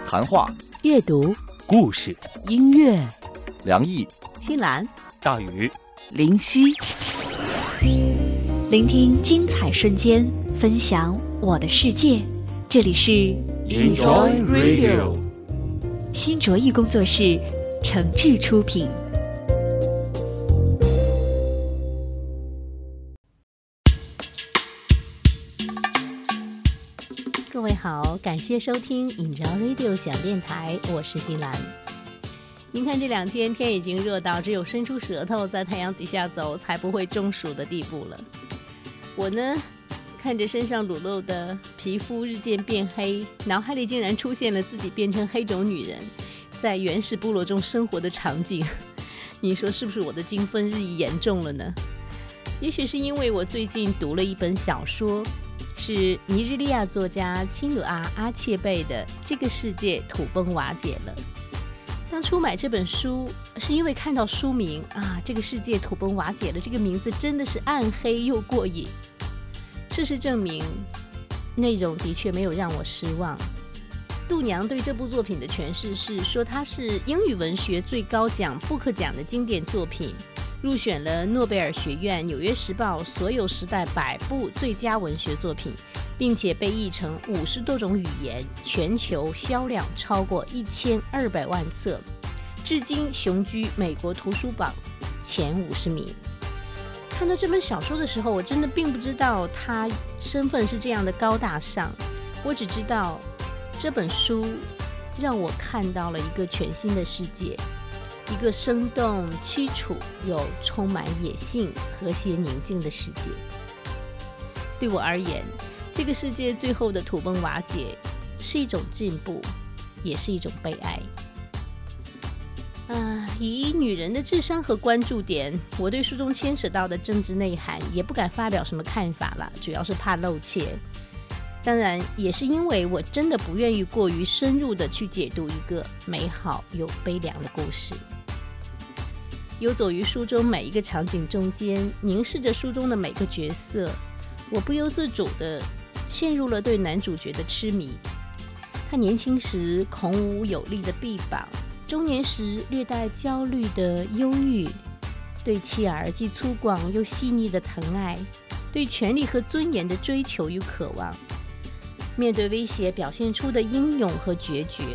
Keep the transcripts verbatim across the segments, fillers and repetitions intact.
谈话、 阅读、 故事、 音乐。 梁毅、 新兰、 大宇、 林夕， 聆听精彩瞬间，分享我的世界。这里是 Enjoy Radio， 新卓艺工作室诚挚出品。 各位好，感谢收听 Enjoy Radio 响电台，我是新兰。您看这两天天已经热到只有伸出舌头在太阳底下走才不会中暑的地步了。我呢，看着身上裸露的皮肤日渐变黑，脑海里竟然出现了自己变成黑种女人在原始部落中生活的场景。你说是不是我的精分日益严重了呢？也许是因为我最近读了一本小说，是尼日利亚作家钦鲁阿阿切贝的《这个世界土崩瓦解了》。当初买这本书是因为看到书名啊，这个世界土崩瓦解了，这个名字真的是暗黑又过瘾。事实证明，内容的确没有让我失望。度娘对这部作品的诠释是说，它是英语文学最高奖布克奖的经典作品，入选了诺贝尔学院、纽约时报所有时代百部最佳文学作品，并且被译成五十多种语言，全球销量超过一千二百万册，至今雄居美国图书榜前五十名。看到这本小说的时候，我真的并不知道他身份是这样的高大上，我只知道这本书让我看到了一个全新的世界，一个生动、凄楚又充满野性、和谐宁静的世界。对我而言，这个世界最后的土崩瓦解是一种进步，也是一种悲哀。啊，以女人的智商和关注点，我对书中牵扯到的政治内涵也不敢发表什么看法啦，主要是怕露怯。当然，也是因为我真的不愿意过于深入的去解读一个美好又悲凉的故事。游走于书中每一个场景中间，凝视着书中的每个角色，我不由自主地陷入了对男主角的痴迷。他年轻时孔武有力的臂膀，中年时略带焦虑的忧郁，对妻儿既粗犷又细腻的疼爱，对权力和尊严的追求与渴望，面对威胁表现出的英勇和决绝。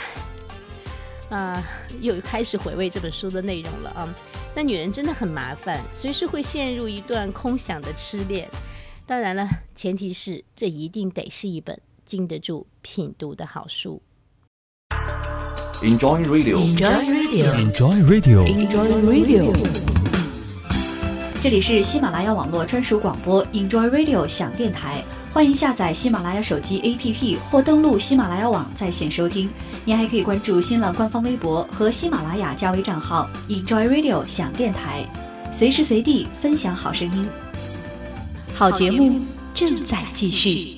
啊，又开始回味这本书的内容了啊！那女人真的很麻烦，随时会陷入一段空想的痴恋。当然了，前提是这一定得是一本经得住品读的好书。 Enjoy Radio， Enjoy Radio， Enjoy Radio， Enjoy Radio。 这里是喜马拉雅网络专属广播 Enjoy Radio 响电台，欢迎下载喜马拉雅手机 A P P 或登录喜马拉雅网在线收听。您还可以关注新浪官方微博和喜马拉雅加微账号 Enjoy Radio 响电台，随时随地分享好声音。好节目正在继续。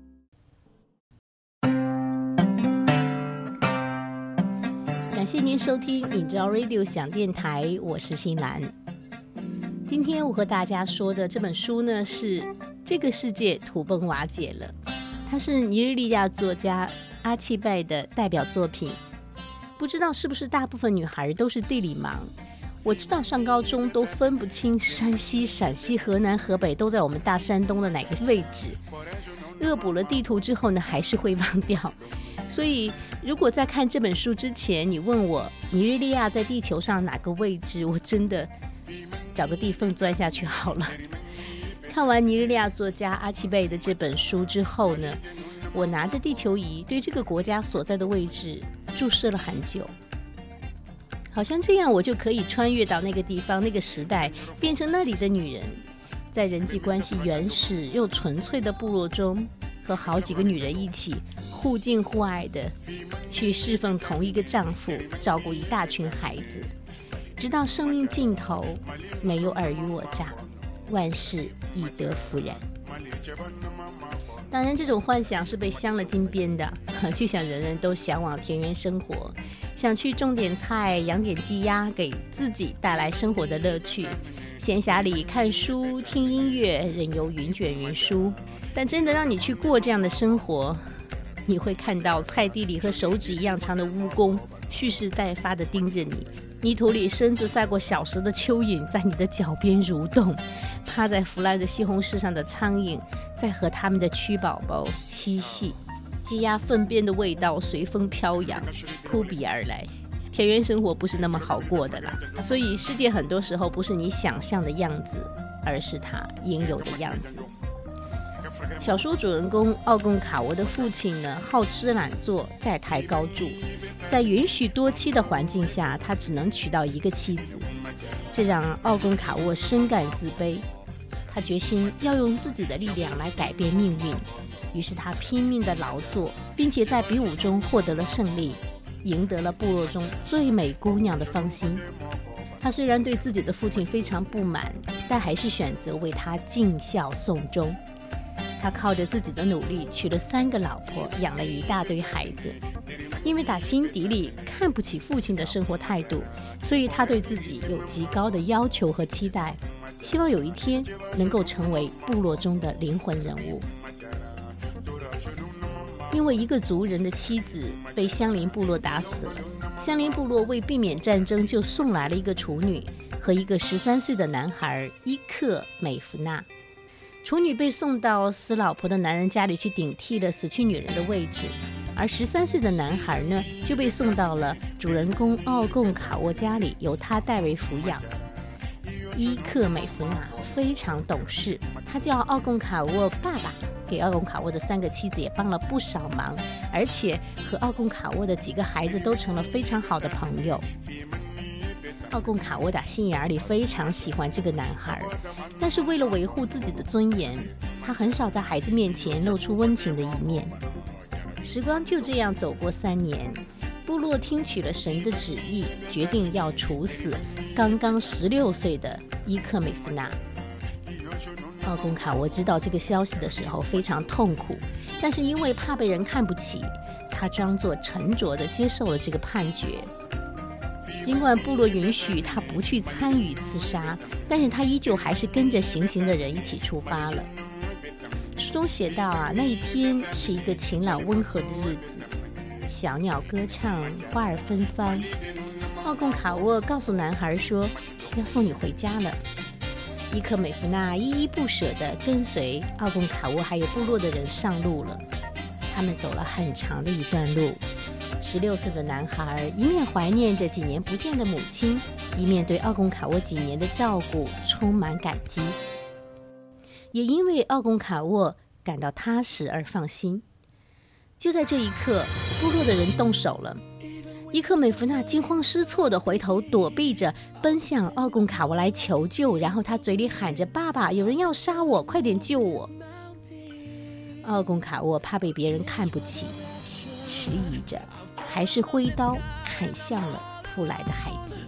感谢您收听 Enjoy Radio 响电台，我是新兰。今天我和大家说的这本书呢，是这个世界土崩瓦解了，它是尼日利亚作家阿契拜的代表作品。不知道是不是大部分女孩都是地理盲，我知道上高中都分不清山西、陕西、河南、河北都在我们大山东的哪个位置，恶补了地图之后呢，还是会忘掉。所以如果在看这本书之前你问我尼日利亚在地球上哪个位置，我真的找个地缝钻下去好了。看完尼日利亚作家阿契贝的这本书之后呢，我拿着地球仪对这个国家所在的位置注视了很久，好像这样我就可以穿越到那个地方、那个时代，变成那里的女人，在人际关系原始又纯粹的部落中，和好几个女人一起互敬互爱的去侍奉同一个丈夫，照顾一大群孩子，直到生命尽头，没有尔虞我诈，万事以德服人。当然这种幻想是被镶了金边的，就像人人都向往田园生活，想去种点菜养点鸡鸭，给自己带来生活的乐趣，闲暇里看书听音乐，任由云卷云舒。但真的让你去过这样的生活， 你会看到菜地里和手指一样长的蜈蚣蓄势待发地盯着你，泥土里身子赛过小时的蚯蚓在你的脚边蠕动，趴在腐烂的西红柿上的苍蝇在和他们的蛆宝宝嬉戏，鸡鸭粪便的味道随风飘扬，扑鼻而来。田园生活不是那么好过的啦，所以世界很多时候不是你想象的样子，而是它应有的样子。小说主人公奥贡卡沃的父亲呢，好吃懒做，债台高筑，在允许多妻的环境下，他只能娶到一个妻子，这让奥贡卡沃深感自卑。他决心要用自己的力量来改变命运，于是他拼命的劳作，并且在比武中获得了胜利，赢得了部落中最美姑娘的芳心。他虽然对自己的父亲非常不满，但还是选择为他尽孝送终。他靠着自己的努力娶了三个老婆，养了一大堆孩子。因为打心底里看不起父亲的生活态度，所以他对自己有极高的要求和期待，希望有一天能够成为部落中的灵魂人物。因为一个族人的妻子被相邻部落打死了，相邻部落为避免战争，就送来了一个处女和一个十三岁的男孩伊克美弗纳。处女被送到死老婆的男人家里去顶替了死去女人的位置，而十三岁的男孩呢，就被送到了主人公奥贡卡沃家里，由他代为抚养。伊克美弗纳非常懂事，他叫奥贡卡沃爸爸，给奥贡卡沃的三个妻子也帮了不少忙，而且和奥贡卡沃的几个孩子都成了非常好的朋友。奥贡卡沃打心眼里非常喜欢这个男孩，但是为了维护自己的尊严，他很少在孩子面前露出温情的一面。时光就这样走过三年，部落听取了神的旨意，决定要处死刚刚十六岁的伊克美弗纳。奥贡卡沃知道这个消息的时候非常痛苦，但是因为怕被人看不起，他装作沉着地接受了这个判决。尽管部落允许他不去参与刺杀，但是他依旧还是跟着行刑的人一起出发了。书中写道啊，那一天是一个晴朗温和的日子，小鸟歌唱，花儿芬芳。奥贡卡沃告诉男孩说，要送你回家了。伊克美弗纳依依不舍地跟随奥贡卡沃还有部落的人上路了。他们走了很长的一段路，十六岁的男孩一面怀念着几年不见的母亲，一面对奥贡卡沃几年的照顾充满感激，也因为奥贡卡沃感到踏实而放心。就在这一刻，部落的人动手了。伊克美弗纳惊慌失措地回头躲避着，奔向奥贡卡沃来求救，然后他嘴里喊着，爸爸，有人要杀我，快点救我。奥贡卡沃怕被别人看不起，迟疑着还是挥刀砍向了扑来的孩子。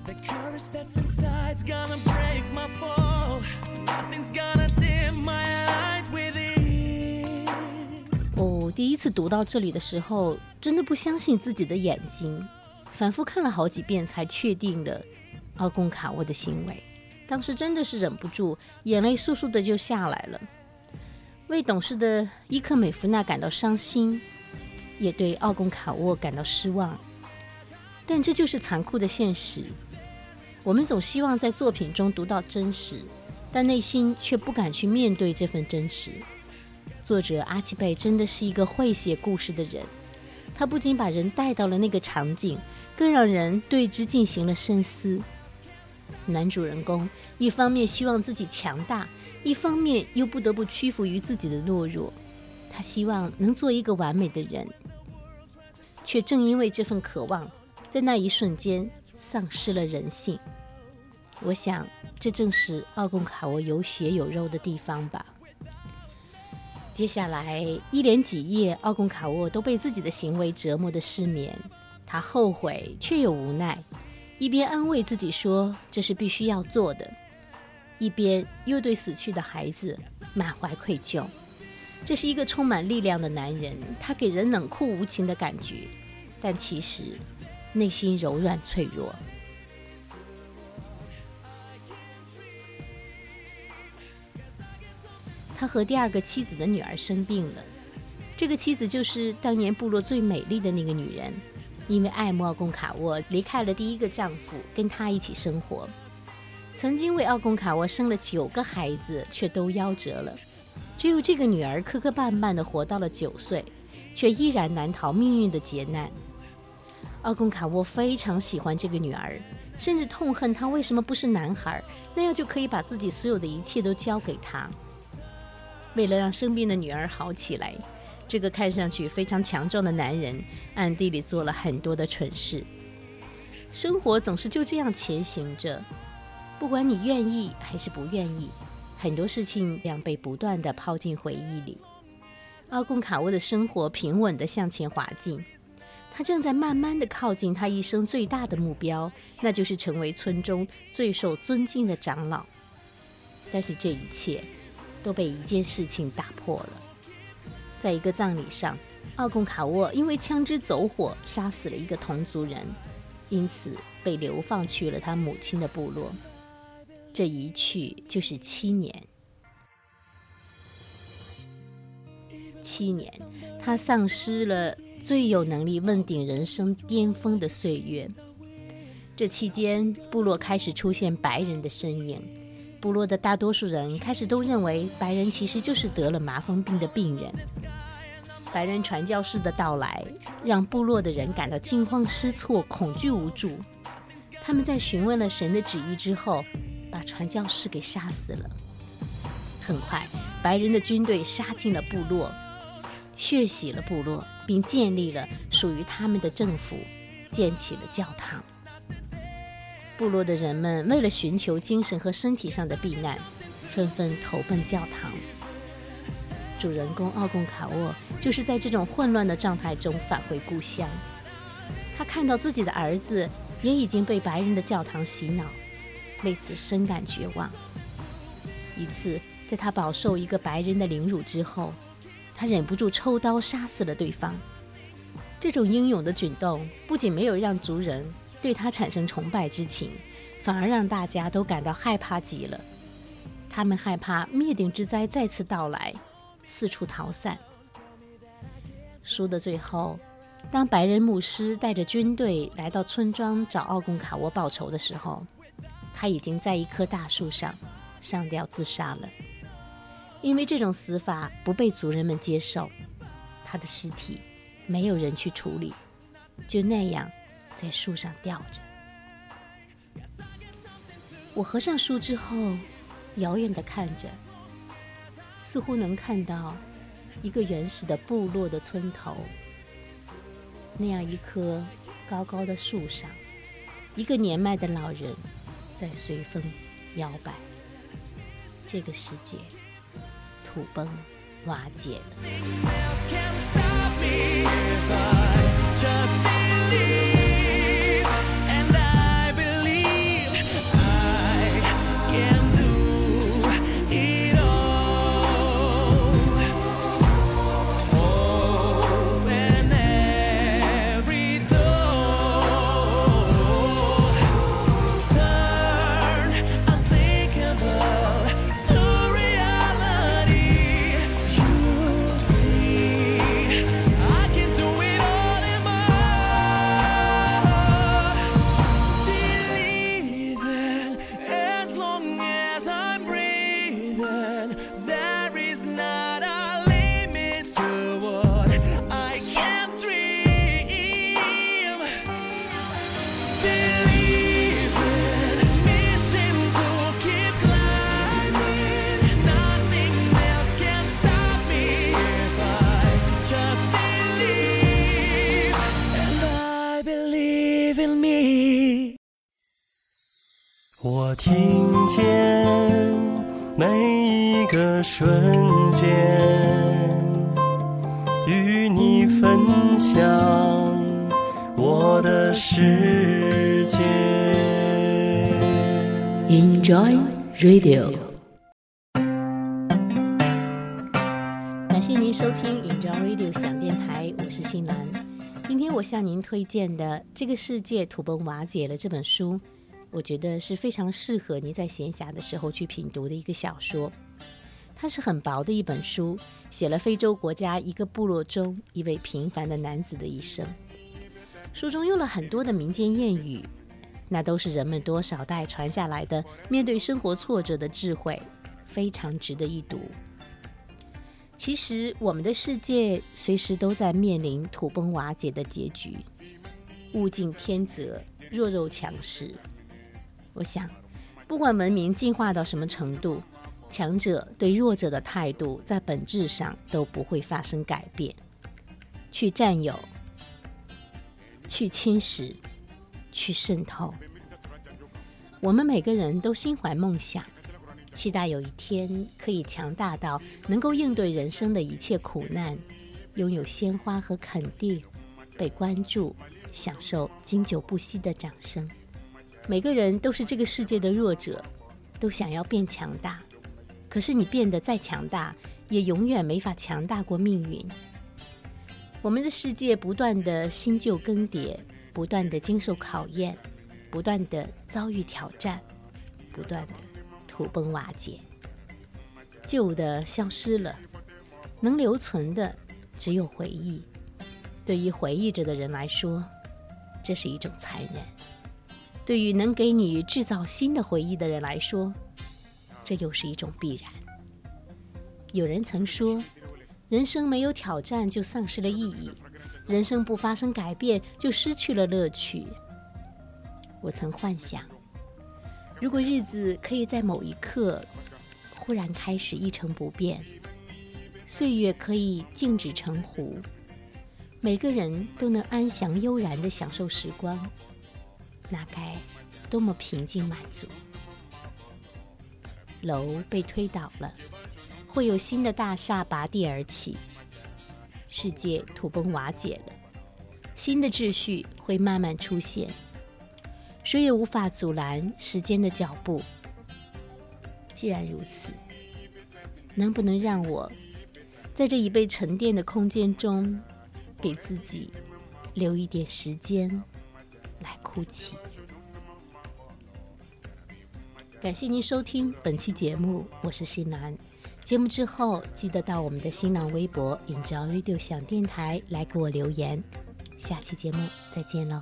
哦，第一次读到这里的时候，真的不相信自己的眼睛，反复看了好几遍才确定了奥贡卡沃的行为。当时真的是忍不住，眼泪簌簌的就下来了。为懂事的伊克美弗纳感到伤心，也对奥贡卡沃感到失望。但这就是残酷的现实。我们总希望在作品中读到真实，但内心却不敢去面对这份真实。作者阿奇贝真的是一个会写故事的人，他不仅把人带到了那个场景，更让人对之进行了深思。男主人公一方面希望自己强大，一方面又不得不屈服于自己的懦弱。他希望能做一个完美的人，却正因为这份渴望，在那一瞬间丧失了人性。我想这正是奥贡卡沃有血有肉的地方吧。接下来一连几夜，奥贡卡沃都被自己的行为折磨得失眠，他后悔却又无奈，一边安慰自己说这是必须要做的，一边又对死去的孩子满怀愧疚。这是一个充满力量的男人，他给人冷酷无情的感觉，但其实内心柔软脆弱。他和第二个妻子的女儿生病了， 这个妻子就是当年部落最美丽的那个女人，因为爱慕奥贡卡沃，离开了第一个丈夫，跟他一起生活。曾经为奥贡卡沃生了九个孩子，却都夭折了。只有这个女儿磕磕绊绊地活到了九岁，却依然难逃命运的劫难。奥贡卡沃非常喜欢这个女儿，甚至痛恨她为什么不是男孩，那样就可以把自己所有的一切都交给她。为了让生病的女儿好起来，这个看上去非常强壮的男人暗地里做了很多的蠢事。生活总是就这样前行着，不管你愿意还是不愿意，很多事情这样被不断地抛进回忆里。奥贡卡沃的生活平稳地向前滑进，他正在慢慢地靠近他一生最大的目标，那就是成为村中最受尊敬的长老。但是这一切都被一件事情打破了。在一个葬礼上，奥贡卡沃因为枪支走火杀死了一个同族人，因此被流放去了他母亲的部落。这一去就是七年。七年，他丧失了最有能力问鼎人生巅峰的岁月。这期间，部落开始出现白人的身影。部落的大多数人开始都认为白人其实就是得了麻风病的病人。白人传教士的到来让部落的人感到惊慌失措，恐惧无助。他们在询问了神的旨意之后，把传教士给杀死了。很快，白人的军队杀进了部落，血洗了部落，并建立了属于他们的政府，建起了教堂。部落的人们为了寻求精神和身体上的避难，纷纷投奔教堂。主人公奥贡卡沃就是在这种混乱的状态中返回故乡。他看到自己的儿子也已经被白人的教堂洗脑，为此深感绝望。一次，在他饱受一个白人的凌辱之后，他忍不住抽刀杀死了对方。这种英勇的举动不仅没有让族人对他产生崇拜之情，反而让大家都感到害怕极了。他们害怕灭顶之灾再次到来，四处逃散。书的最后，当白人牧师带着军队来到村庄找奥贡卡沃报仇的时候，他已经在一棵大树上上吊自杀了。因为这种死法不被族人们接受，他的尸体没有人去处理，就那样在树上吊着。我合上书之后，遥远地看着，似乎能看到一个原始的部落的村头，那样一棵高高的树上，一个年迈的老人在随风摇摆。这个世界土崩瓦解了。 我听见每一个瞬间，与你分享我的世界。 Enjoy Radio， 感谢您收听 Enjoy Radio 响电台，我是新兰。今天我向您推荐的《这个世界土崩瓦解了》这本书，我觉得是非常适合你在闲暇的时候去品读的一个小说。 它是很薄的一本书，写了非洲国家一个部落中一位平凡的男子的一生。书中用了很多的民间谚语，那都是人们多少代传下来的面对生活挫折的智慧，非常值得一读。其实我们的世界随时都在面临土崩瓦解的结局，物竞天择，弱肉强食。我想不管文明进化到什么程度，强者对弱者的态度在本质上都不会发生改变，去占有，去侵蚀，去渗透。我们每个人都心怀梦想，期待有一天可以强大到能够应对人生的一切苦难，拥有鲜花和肯定，被关注，享受经久不息的掌声。每个人都是这个世界的弱者，都想要变强大，可是你变得再强大，也永远没法强大过命运。我们的世界不断的新旧更迭，不断的经受考验，不断的遭遇挑战，不断的土崩瓦解。旧的消失了，能留存的只有回忆。对于回忆着的人来说，这是一种残忍；对于能给你制造新的回忆的人来说，这又是一种必然。有人曾说，人生没有挑战就丧失了意义，人生不发生改变就失去了乐趣。我曾幻想，如果日子可以在某一刻忽然开始一成不变，岁月可以静止成湖，每个人都能安详悠然地享受时光，那该多么平静满足。楼被推倒了，会有新的大厦拔地而起，世界土崩瓦解了，新的秩序会慢慢出现，谁也无法阻拦时间的脚步。既然如此，能不能让我在这已被沉淀的空间中，给自己留一点时间来哭泣？感谢您收听本期节目，我是新兰。节目之后记得到我们的新浪微博 Enjoy Radio 想电台来给我留言。下期节目再见喽。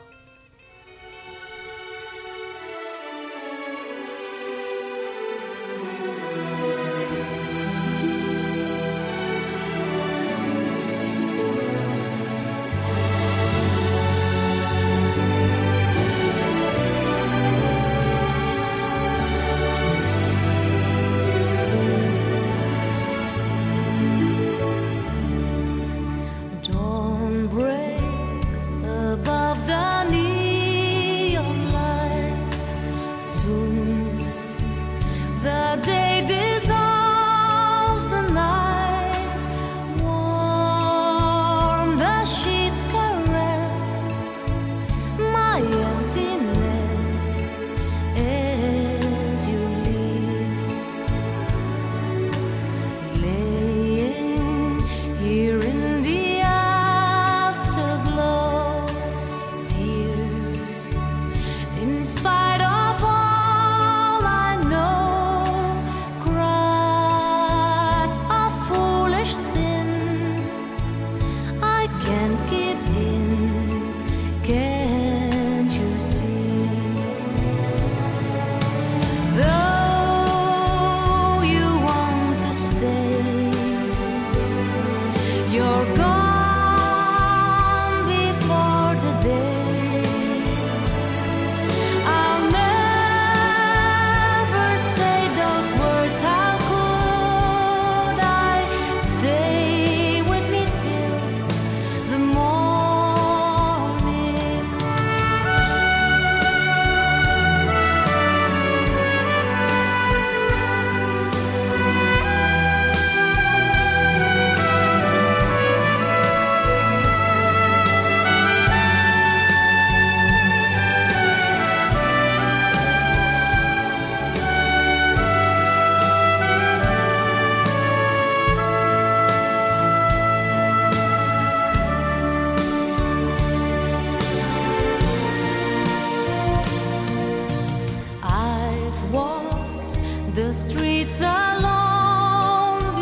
The streets alone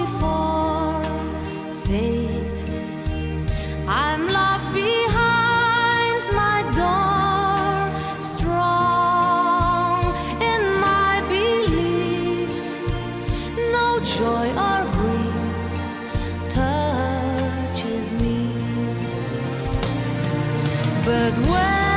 But when